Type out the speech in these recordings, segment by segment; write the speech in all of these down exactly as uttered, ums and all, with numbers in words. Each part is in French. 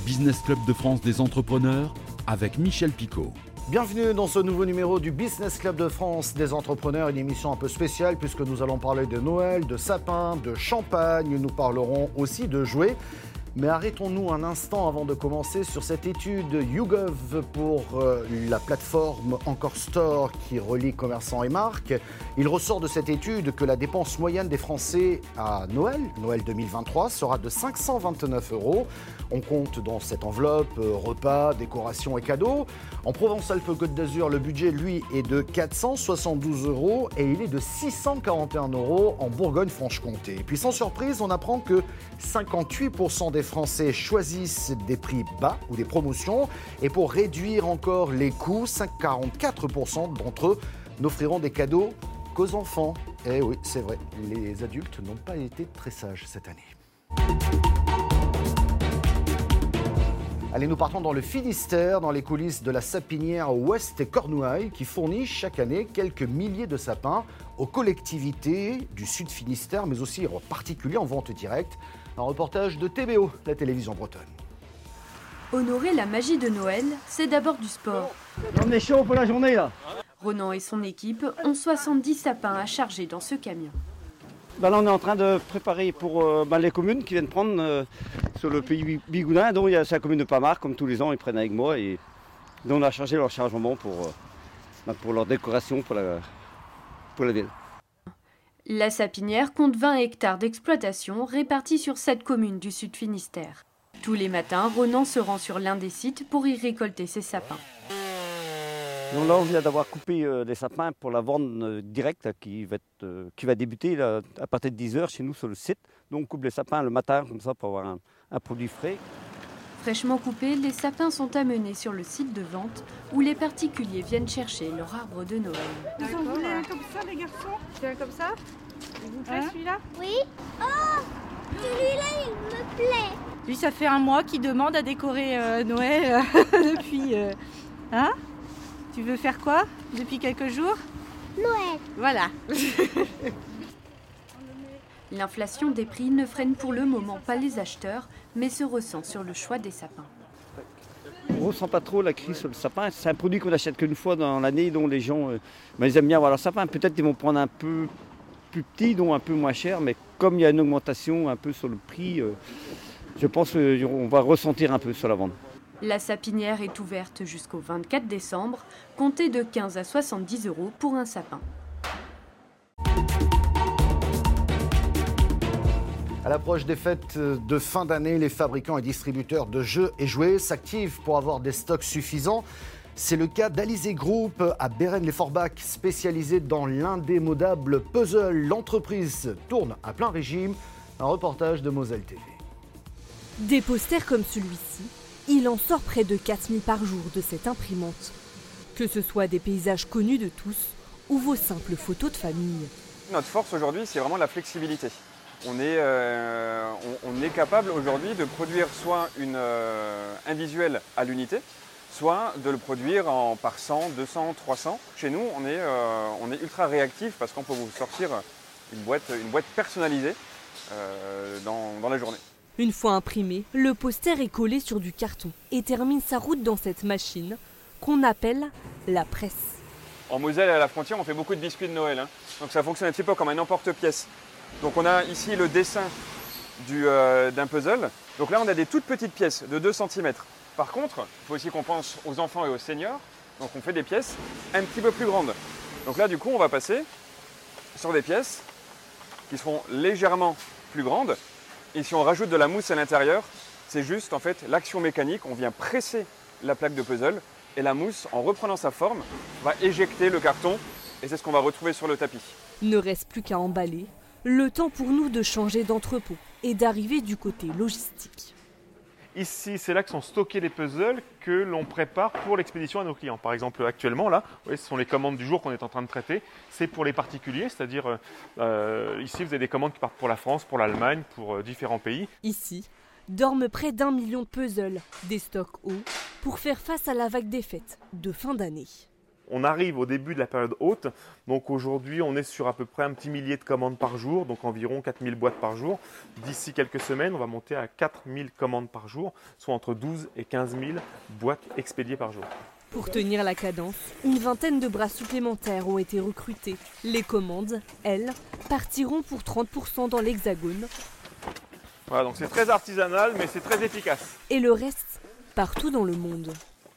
Business Club de France des entrepreneurs avec Michel Picot. Bienvenue dans ce nouveau numéro du Business Club de France des entrepreneurs, une émission un peu spéciale puisque nous allons parler de Noël, de sapin, de champagne, nous parlerons aussi de jouets. Mais arrêtons-nous un instant avant de commencer sur cette étude YouGov pour euh, la plateforme Encore Store qui relie commerçants et marques. Il ressort de cette étude que la dépense moyenne des Français à Noël, Noël deux mille vingt-trois, sera de cinq cent vingt-neuf euros. On compte dans cette enveloppe euh, repas, décorations et cadeaux. En Provence-Alpes-Côte d'Azur, le budget, lui, est de quatre cent soixante-douze euros et il est de six cent quarante et un euros en Bourgogne-Franche-Comté. Et puis sans surprise, on apprend que cinquante-huit pour cent des Français choisissent des prix bas ou des promotions. Et pour réduire encore les coûts, quarante-quatre pour cent d'entre eux n'offriront des cadeaux qu'aux enfants. Et oui, c'est vrai, les adultes n'ont pas été très sages cette année. Allez, nous partons dans le Finistère, dans les coulisses de la sapinière Ouest et Cornouailles, qui fournit chaque année quelques milliers de sapins aux collectivités du Sud Finistère, mais aussi en particulier en vente directe. Un reportage de T B O, la télévision bretonne. Honorer la magie de Noël, c'est d'abord du sport. On est chaud pour la journée là. Ronan et son équipe ont soixante-dix sapins à charger dans ce camion. Ben là, on est en train de préparer pour euh, ben, les communes qui viennent prendre euh, sur le pays Bigoudin. Donc il y a la commune de Pamar, comme tous les ans, ils prennent avec moi. Et donc on a chargé leur chargement pour, euh, ben, pour leur décoration pour la, pour la ville. La sapinière compte vingt hectares d'exploitation répartis sur sept communes du Sud Finistère. Tous les matins, Ronan se rend sur l'un des sites pour y récolter ses sapins. Donc là, on vient d'avoir coupé euh, des sapins pour la vente euh, directe là, qui, va être, euh, qui va débuter là, à partir de dix heures chez nous sur le site. Donc on coupe les sapins le matin comme ça pour avoir un, un produit frais. Fraîchement coupés, les sapins sont amenés sur le site de vente où les particuliers viennent chercher leur arbre de Noël. Vous en voulez un comme ça, les garçons? C'est un comme ça? Il vous plaît hein? Celui-là? Oui. Oh, celui-là, il me plaît. Lui, ça fait un mois qu'il demande à décorer euh, Noël depuis... Euh, hein? Tu veux faire quoi depuis quelques jours? Noël. Voilà. L'inflation des prix ne freine pour le moment pas les acheteurs, mais se ressent sur le choix des sapins. On ne ressent pas trop la crise sur le sapin. C'est un produit qu'on n'achète qu'une fois dans l'année, dont les gens euh, ben, ils aiment bien avoir leur sapin. Peut-être qu'ils vont prendre un peu plus petit, donc un peu moins cher, mais comme il y a une augmentation un peu sur le prix, euh, je pense qu'on va ressentir un peu sur la vente. La sapinière est ouverte jusqu'au vingt-quatre décembre, comptez de quinze à soixante-dix euros pour un sapin. À l'approche des fêtes de fin d'année, les fabricants et distributeurs de jeux et jouets s'activent pour avoir des stocks suffisants. C'est le cas d'Alizé Group à Bérennes-les-Forbach, spécialisée dans l'indémodable puzzle. L'entreprise tourne à plein régime. Un reportage de Moselle T V. Des posters comme celui-ci, il en sort près de quatre mille par jour de cette imprimante. Que ce soit des paysages connus de tous ou vos simples photos de famille. Notre force aujourd'hui, c'est vraiment la flexibilité. On est, euh, on, on est capable aujourd'hui de produire soit une, euh, un visuel à l'unité, soit de le produire en, par cent, deux cents, trois cents. Chez nous, on est, euh, on est ultra réactif parce qu'on peut vous sortir une boîte, une boîte personnalisée euh, dans, dans la journée. Une fois imprimé, le poster est collé sur du carton et termine sa route dans cette machine qu'on appelle la presse. En Moselle et à la frontière, on fait beaucoup de biscuits de Noël. Hein. Donc ça fonctionne un petit peu comme un emporte-pièce. Donc on a ici le dessin du, euh, d'un puzzle. Donc là, on a des toutes petites pièces de deux centimètres. Par contre, il faut aussi qu'on pense aux enfants et aux seniors. Donc on fait des pièces un petit peu plus grandes. Donc là, du coup, on va passer sur des pièces qui seront légèrement plus grandes. Et si on rajoute de la mousse à l'intérieur, c'est juste en fait l'action mécanique. On vient presser la plaque de puzzle et la mousse, en reprenant sa forme, va éjecter le carton et c'est ce qu'on va retrouver sur le tapis. Ne reste plus qu'à emballer. Le temps pour nous de changer d'entrepôt et d'arriver du côté logistique. Ici, c'est là que sont stockés les puzzles que l'on prépare pour l'expédition à nos clients. Par exemple, actuellement, là, ce sont les commandes du jour qu'on est en train de traiter. C'est pour les particuliers, c'est-à-dire euh, ici, vous avez des commandes qui partent pour la France, pour l'Allemagne, pour euh, différents pays. Ici, dorment près d'un million de puzzles, des stocks hauts, pour faire face à la vague des fêtes de fin d'année. On arrive au début de la période haute, donc aujourd'hui on est sur à peu près un petit millier de commandes par jour, donc environ quatre mille boîtes par jour. D'ici quelques semaines, on va monter à quatre mille commandes par jour, soit entre douze et quinze mille boîtes expédiées par jour. Pour tenir la cadence, une vingtaine de bras supplémentaires ont été recrutés. Les commandes, elles, partiront pour trente pour cent dans l'Hexagone. Voilà, donc c'est très artisanal, mais c'est très efficace. Et le reste, partout dans le monde.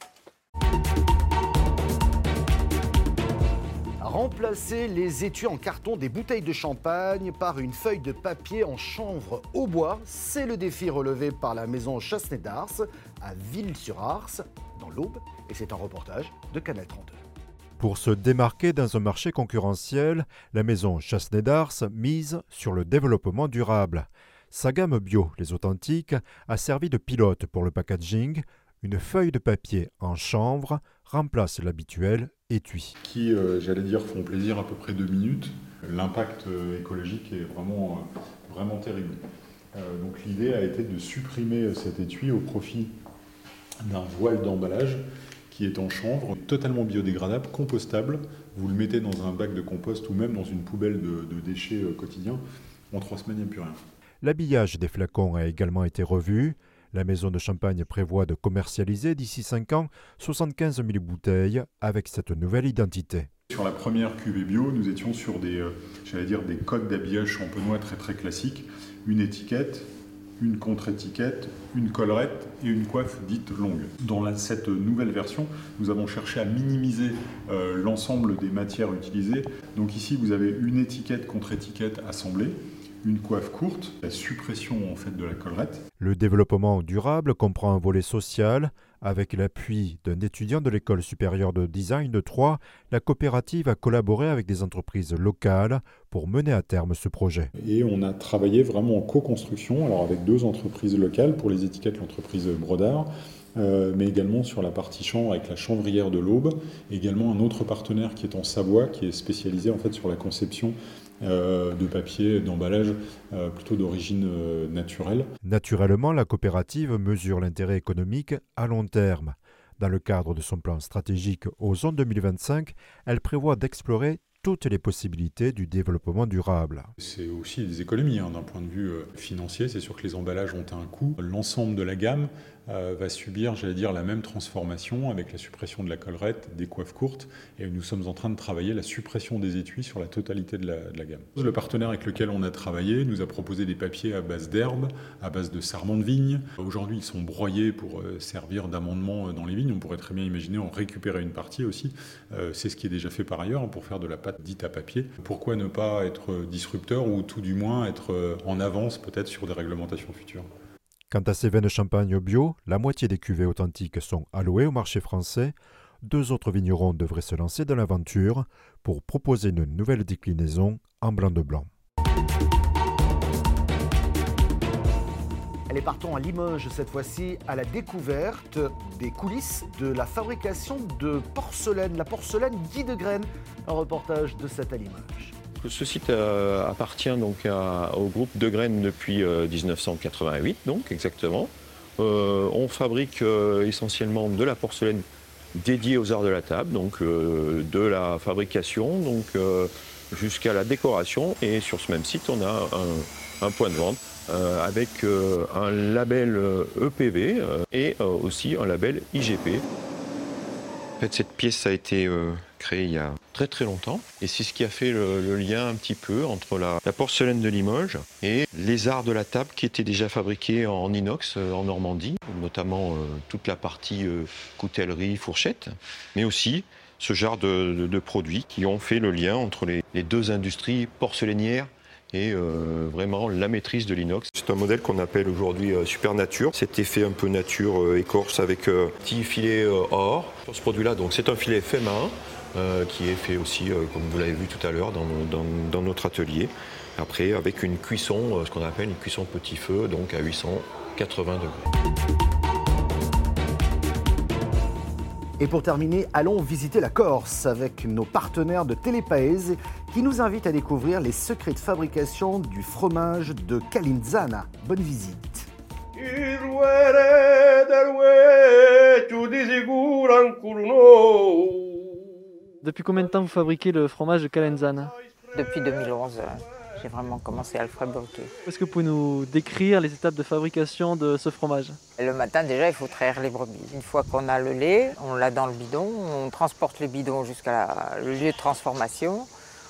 Remplacer les étuis en carton des bouteilles de champagne par une feuille de papier en chanvre au bois, c'est le défi relevé par la maison Chassenet d'Ars à Ville-sur-Ars, dans l'Aube, et c'est un reportage de Canal trente-deux. Pour se démarquer dans un marché concurrentiel, la maison Chassenet d'Ars mise sur le développement durable. Sa gamme bio, les authentiques, a servi de pilote pour le packaging. Une feuille de papier en chanvre remplace l'habituel étui. Qui, euh, j'allais dire, font plaisir à peu près deux minutes. L'impact euh, écologique est vraiment, euh, vraiment terrible. Euh, donc l'idée a été de supprimer cet étui au profit d'un voile d'emballage qui est en chanvre, totalement biodégradable, compostable. Vous le mettez dans un bac de compost ou même dans une poubelle de, de déchets euh, quotidiens. En trois semaines, il n'y a plus rien. L'habillage des flacons a également été revu. La maison de champagne prévoit de commercialiser d'ici cinq ans soixante-quinze mille bouteilles avec cette nouvelle identité. Sur la première cuvée bio, nous étions sur des, euh, j'allais dire, des codes d'habillage champenois très très classiques. Une étiquette, une contre-étiquette, une collerette et une coiffe dite longue. Dans la, cette nouvelle version, nous avons cherché à minimiser euh, l'ensemble des matières utilisées. Donc ici, vous avez une étiquette contre-étiquette assemblée, une coiffe courte, la suppression en fait de la collerette. Le développement durable comprend un volet social. Avec l'appui d'un étudiant de l'école supérieure de design de Troyes, la coopérative a collaboré avec des entreprises locales pour mener à terme ce projet. Et on a travaillé vraiment en co-construction, alors avec deux entreprises locales, pour les étiquettes l'entreprise Brodard, euh, mais également sur la partie chanvre avec la chanvrière de l'Aube, également un autre partenaire qui est en Savoie, qui est spécialisé en fait sur la conception Euh, de papier, d'emballage euh, plutôt d'origine euh, naturelle. Naturellement, la coopérative mesure l'intérêt économique à long terme. Dans le cadre de son plan stratégique Ozon deux mille vingt-cinq, elle prévoit d'explorer toutes les possibilités du développement durable. C'est aussi des économies hein, d'un point de vue euh, financier. C'est sûr que les emballages ont un coût. L'ensemble de la gamme euh, va subir, j'allais dire, la même transformation avec la suppression de la collerette, des coiffes courtes. Et nous sommes en train de travailler la suppression des étuis sur la totalité de la, de la gamme. Le partenaire avec lequel on a travaillé nous a proposé des papiers à base d'herbe, à base de sarment de vigne. Aujourd'hui, ils sont broyés pour euh, servir d'amendement dans les vignes. On pourrait très bien imaginer en récupérer une partie aussi. Euh, c'est ce qui est déjà fait par ailleurs hein, pour faire de la pâte dite à papier. Pourquoi ne pas être disrupteur ou tout du moins être en avance peut-être sur des réglementations futures? Quant à ces vins de champagne bio, la moitié des cuvées authentiques sont allouées au marché français. Deux autres vignerons devraient se lancer dans l'aventure pour proposer une nouvelle déclinaison en blanc de blanc. Allez, partons à Limoges cette fois-ci à la découverte des coulisses de la fabrication de porcelaine, la porcelaine Guy de Graine. Un reportage de cette à Limoges. Ce site euh, appartient donc à, au groupe De Graine depuis euh, dix-neuf cent quatre-vingt-huit, donc exactement. Euh, on fabrique euh, essentiellement de la porcelaine dédiée aux arts de la table, donc euh, de la fabrication donc euh, jusqu'à la décoration. Et sur ce même site, on a un, un point de vente euh, avec euh, un label E P V euh, et euh, aussi un label I G P. En fait, cette pièce a été euh, créée il y a très très longtemps et c'est ce qui a fait le, le lien un petit peu entre la, la porcelaine de Limoges et les arts de la table qui étaient déjà fabriqués en inox euh, en Normandie, notamment euh, toute la partie euh, coutellerie, fourchette, mais aussi ce genre de, de, de produits qui ont fait le lien entre les, les deux industries porcelainières et euh, vraiment la maîtrise de l'inox. C'est un modèle qu'on appelle aujourd'hui euh, Super Nature. Cet effet un peu nature euh, écorce avec euh, petit filet euh, or. Sur ce produit-là, donc c'est un filet fait main euh, qui est fait aussi, euh, comme vous l'avez vu tout à l'heure, dans, dans, dans notre atelier. Après, avec une cuisson, euh, ce qu'on appelle une cuisson petit feu, donc à huit cent quatre-vingts degrés. Et pour terminer, allons visiter la Corse avec nos partenaires de Telepaese qui nous invitent à découvrir les secrets de fabrication du fromage de Calinzana. Bonne visite. Depuis combien de temps vous fabriquez le fromage de Calenzane? Depuis deux mille onze, j'ai vraiment commencé à le fabriquer. Est-ce que vous pouvez nous décrire les étapes de fabrication de ce fromage? Le matin, déjà, il faut traire les brebis. Une fois qu'on a le lait, on l'a dans le bidon, on transporte le bidon jusqu'à le lieu de transformation.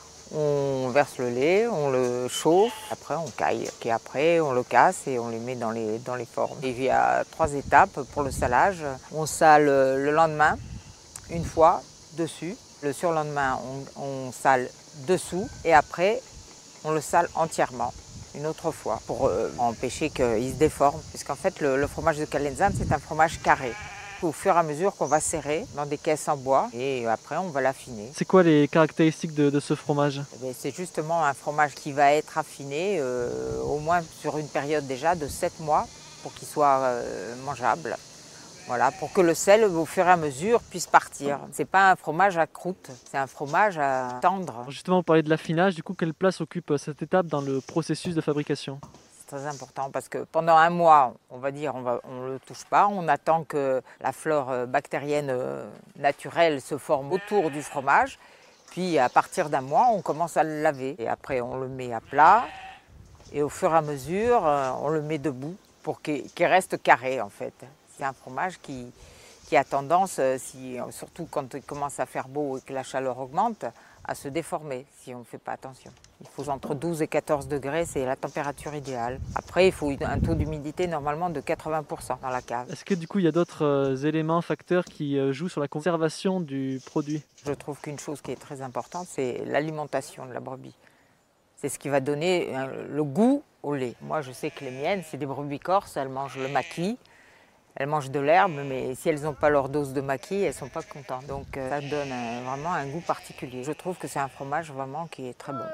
On verse le lait, on le chauffe, après on caille. Et après, on le casse et on les met dans les, dans les formes. Et il y a trois étapes pour le salage. On sale le lendemain, une fois, dessus. Le surlendemain, on, on sale dessous. Et après, on le sale entièrement, une autre fois, pour euh, empêcher qu'il se déforme. Puisqu'en fait, le, le fromage de Calenzane, c'est un fromage carré. Au fur et à mesure qu'on va serrer dans des caisses en bois et après on va l'affiner. C'est quoi les caractéristiques de, de ce fromage? Eh c'est justement un fromage qui va être affiné euh, au moins sur une période déjà de sept mois pour qu'il soit euh, mangeable. Voilà, pour que le sel au fur et à mesure puisse partir. C'est pas un fromage à croûte, c'est un fromage à tendre. Justement, vous parlez de l'affinage, du coup quelle place occupe cette étape dans le processus de fabrication? C'est très important parce que pendant un mois, on va dire, on ne le touche pas. On attend que la flore bactérienne naturelle se forme autour du fromage. Puis à partir d'un mois, on commence à le laver. Et après, on le met à plat. Et au fur et à mesure, on le met debout pour qu'il reste carré en fait. C'est un fromage qui, qui a tendance, si, surtout quand il commence à faire beau et que la chaleur augmente, à se déformer si on ne fait pas attention. Il faut entre douze et quatorze degrés, c'est la température idéale. Après, il faut un taux d'humidité normalement de quatre-vingts pour cent dans la cave. Est-ce que du coup, il y a d'autres euh, éléments, facteurs qui euh, jouent sur la conservation du produit? Je trouve qu'une chose qui est très importante, c'est l'alimentation de la brebis. C'est ce qui va donner hein, le goût au lait. Moi, je sais que les miennes, c'est des brebis corses, elles mangent le maquis. Elles mangent de l'herbe, mais si elles n'ont pas leur dose de maquis, elles ne sont pas contentes. Donc euh, ça donne un, vraiment un goût particulier. Je trouve que c'est un fromage vraiment qui est très bon.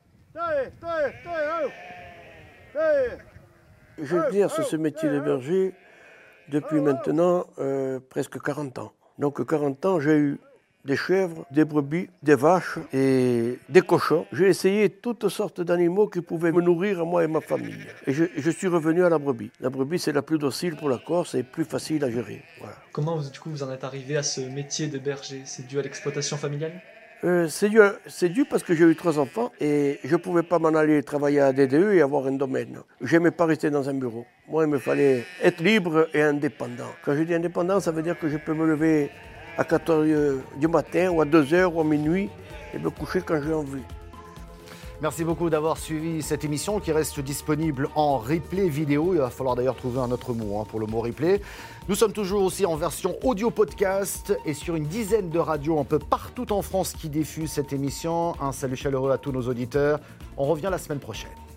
J'exerce ce métier de berger depuis maintenant euh, presque quarante ans. Donc quarante ans, j'ai eu des chèvres, des brebis, des vaches et des cochons. J'ai essayé toutes sortes d'animaux qui pouvaient me nourrir, moi et ma famille. Et je, je suis revenu à la brebis. La brebis, c'est la plus docile pour la Corse et plus facile à gérer. Voilà. Comment du coup vous en êtes arrivé à ce métier de berger? C'est dû à l'exploitation familiale? euh, C'est dû, dû parce que j'ai eu trois enfants et je ne pouvais pas m'en aller travailler à D D E et avoir un domaine. Je n'aimais pas rester dans un bureau. Moi, il me fallait être libre et indépendant. Quand je dis indépendant, ça veut dire que je peux me lever à quatre heures du matin ou à deux heures ou à minuit et me coucher quand j'ai envie. Merci beaucoup d'avoir suivi cette émission qui reste disponible en replay vidéo. Il va falloir d'ailleurs trouver un autre mot hein, pour le mot replay. Nous sommes toujours aussi en version audio podcast et sur une dizaine de radios un peu partout en France qui diffusent cette émission. Un salut chaleureux à tous nos auditeurs. On revient la semaine prochaine.